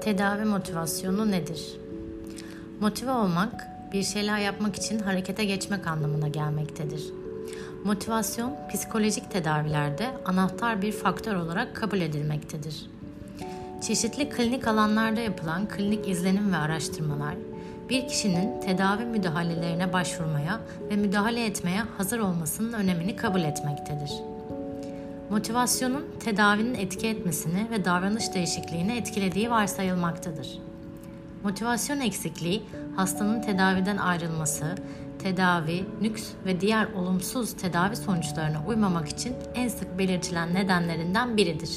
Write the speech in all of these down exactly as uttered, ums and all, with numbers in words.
Tedavi motivasyonu nedir? Motive olmak, bir şeyler yapmak için harekete geçmek anlamına gelmektedir. Motivasyon, psikolojik tedavilerde anahtar bir faktör olarak kabul edilmektedir. Çeşitli klinik alanlarda yapılan klinik izlenim ve araştırmalar, bir kişinin tedavi müdahalelerine başvurmaya ve müdahale etmeye hazır olmasının önemini kabul etmektedir. Motivasyonun tedavinin etki etmesini ve davranış değişikliğini etkilediği varsayılmaktadır. Motivasyon eksikliği, hastanın tedaviden ayrılması, tedavi, nüks ve diğer olumsuz tedavi sonuçlarına uymamak için en sık belirtilen nedenlerinden biridir.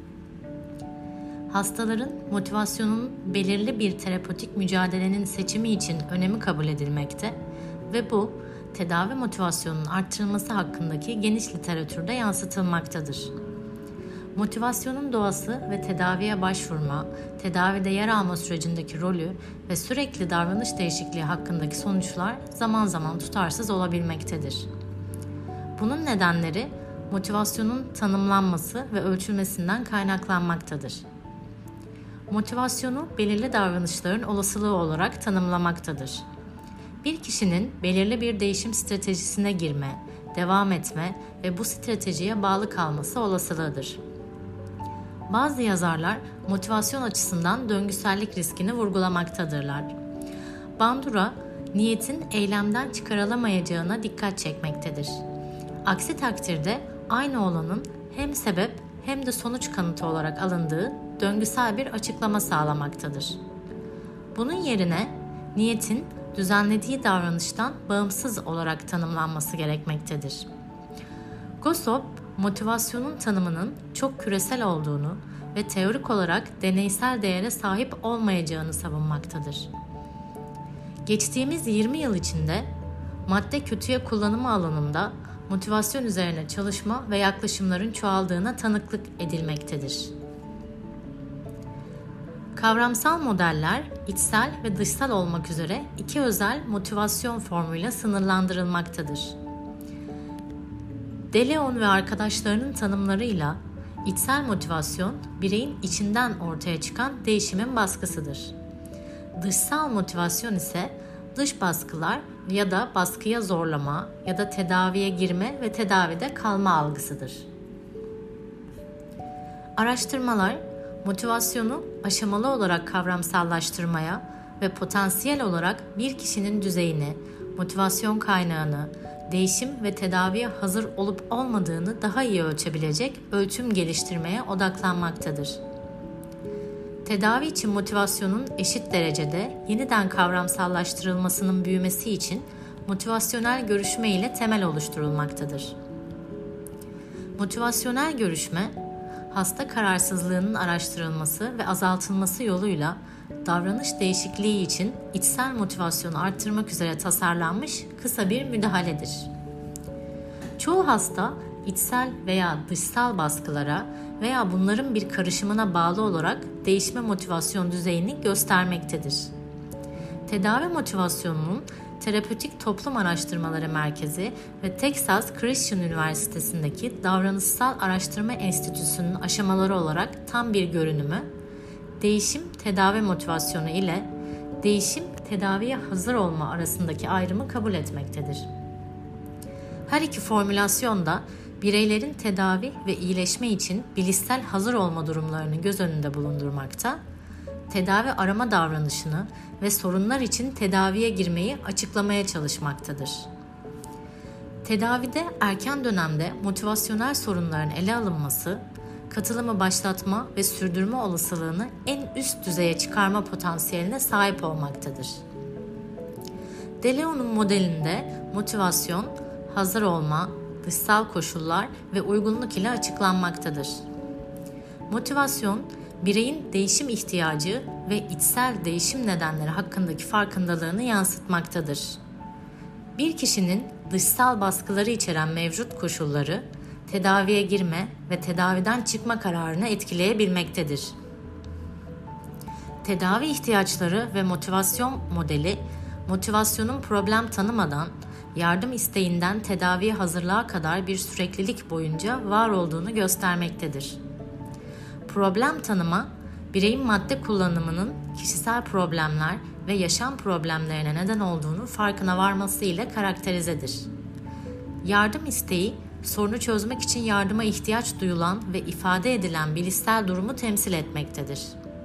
Hastaların motivasyonun belirli bir terapötik mücadelenin seçimi için önemi kabul edilmekte ve bu, tedavi motivasyonunun artırılması hakkındaki geniş literatürde yansıtılmaktadır. Motivasyonun doğası ve tedaviye başvurma, tedavide yer alma sürecindeki rolü ve sürekli davranış değişikliği hakkındaki sonuçlar zaman zaman tutarsız olabilmektedir. Bunun nedenleri motivasyonun tanımlanması ve ölçülmesinden kaynaklanmaktadır. Motivasyonu belirli davranışların olasılığı olarak tanımlamaktadır. Bir kişinin belirli bir değişim stratejisine girme, devam etme ve bu stratejiye bağlı kalması olasılığıdır. Bazı yazarlar motivasyon açısından döngüsellik riskini vurgulamaktadırlar. Bandura, niyetin eylemden çıkarılamayacağına dikkat çekmektedir. Aksi takdirde aynı olanın hem sebep hem de sonuç kanıtı olarak alındığı döngüsel bir açıklama sağlamaktadır. Bunun yerine niyetin düzenlediği davranıştan bağımsız olarak tanımlanması gerekmektedir. Gosop, motivasyonun tanımının çok küresel olduğunu ve teorik olarak deneysel değere sahip olmayacağını savunmaktadır. Geçtiğimiz yirmi yıl içinde madde kötüye kullanımı alanında motivasyon üzerine çalışma ve yaklaşımların çoğaldığına tanıklık edilmektedir. Kavramsal modeller, içsel ve dışsal olmak üzere iki özel motivasyon formuyla sınırlandırılmaktadır. De Leon ve arkadaşlarının tanımlarıyla içsel motivasyon, bireyin içinden ortaya çıkan değişimin baskısıdır. Dışsal motivasyon ise dış baskılar ya da baskıya zorlama ya da tedaviye girme ve tedavide kalma algısıdır. Araştırmalar, motivasyonu aşamalı olarak kavramsallaştırmaya ve potansiyel olarak bir kişinin düzeyini, motivasyon kaynağını, değişim ve tedaviye hazır olup olmadığını daha iyi ölçebilecek ölçüm geliştirmeye odaklanmaktadır. Tedavi için motivasyonun eşit derecede yeniden kavramsallaştırılmasının büyümesi için motivasyonel görüşme ile temel oluşturulmaktadır. Motivasyonel görüşme, hasta kararsızlığının araştırılması ve azaltılması yoluyla davranış değişikliği için içsel motivasyonu arttırmak üzere tasarlanmış kısa bir müdahaledir. Çoğu hasta içsel veya dışsal baskılara veya bunların bir karışımına bağlı olarak değişme motivasyon düzeyini göstermektedir. Tedavi motivasyonunun Terapötik Toplum Araştırmaları Merkezi ve Texas Christian Üniversitesi'ndeki Davranışsal Araştırma Enstitüsü'nün aşamaları olarak tam bir görünümü, değişim tedavi motivasyonu ile değişim tedaviye hazır olma arasındaki ayrımı kabul etmektedir. Her iki formülasyon da bireylerin tedavi ve iyileşme için bilişsel hazır olma durumlarını göz önünde bulundurmakta, tedavi arama davranışını ve sorunlar için tedaviye girmeyi açıklamaya çalışmaktadır. Tedavide erken dönemde motivasyonel sorunların ele alınması, katılımı başlatma ve sürdürme olasılığını en üst düzeye çıkarma potansiyeline sahip olmaktadır. De Leon'un modelinde motivasyon, hazır olma, dışsal koşullar ve uygunluk ile açıklanmaktadır. Motivasyon, bireyin değişim ihtiyacı ve içsel değişim nedenleri hakkındaki farkındalığını yansıtmaktadır. Bir kişinin dışsal baskıları içeren mevcut koşulları, tedaviye girme ve tedaviden çıkma kararını etkileyebilmektedir. Tedavi ihtiyaçları ve motivasyon modeli, motivasyonun problem tanımadan, yardım isteğinden tedaviye hazırlığa kadar bir süreklilik boyunca var olduğunu göstermektedir. Problem tanıma, Bireyin madde kullanımının kişisel problemler ve yaşam problemlerine neden olduğunu farkına varması ile karakterizedir. Yardım isteği, sorunu çözmek için yardıma ihtiyaç duyulan ve ifade edilen bilişsel durumu temsil etmektedir.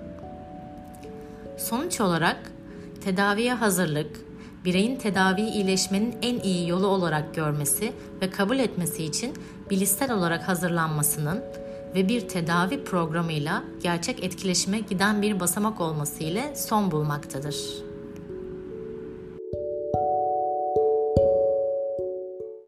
Sonuç olarak, tedaviye hazırlık, bireyin tedaviyi iyileşmenin en iyi yolu olarak görmesi ve kabul etmesi için bilişsel olarak hazırlanmasının ve bir tedavi programıyla gerçek etkileşime giden bir basamak olması ile son bulmaktadır.